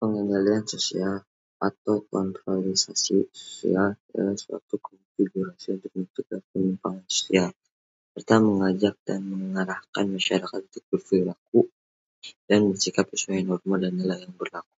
Pengendalian sosial atau kontrolisasi sosial adalah suatu konfigurasi untuk mencegah penyimpangan sosial, serta mengajak dan mengarahkan masyarakat untuk berperilaku dan bersikap sesuai norma dan nilai yang berlaku.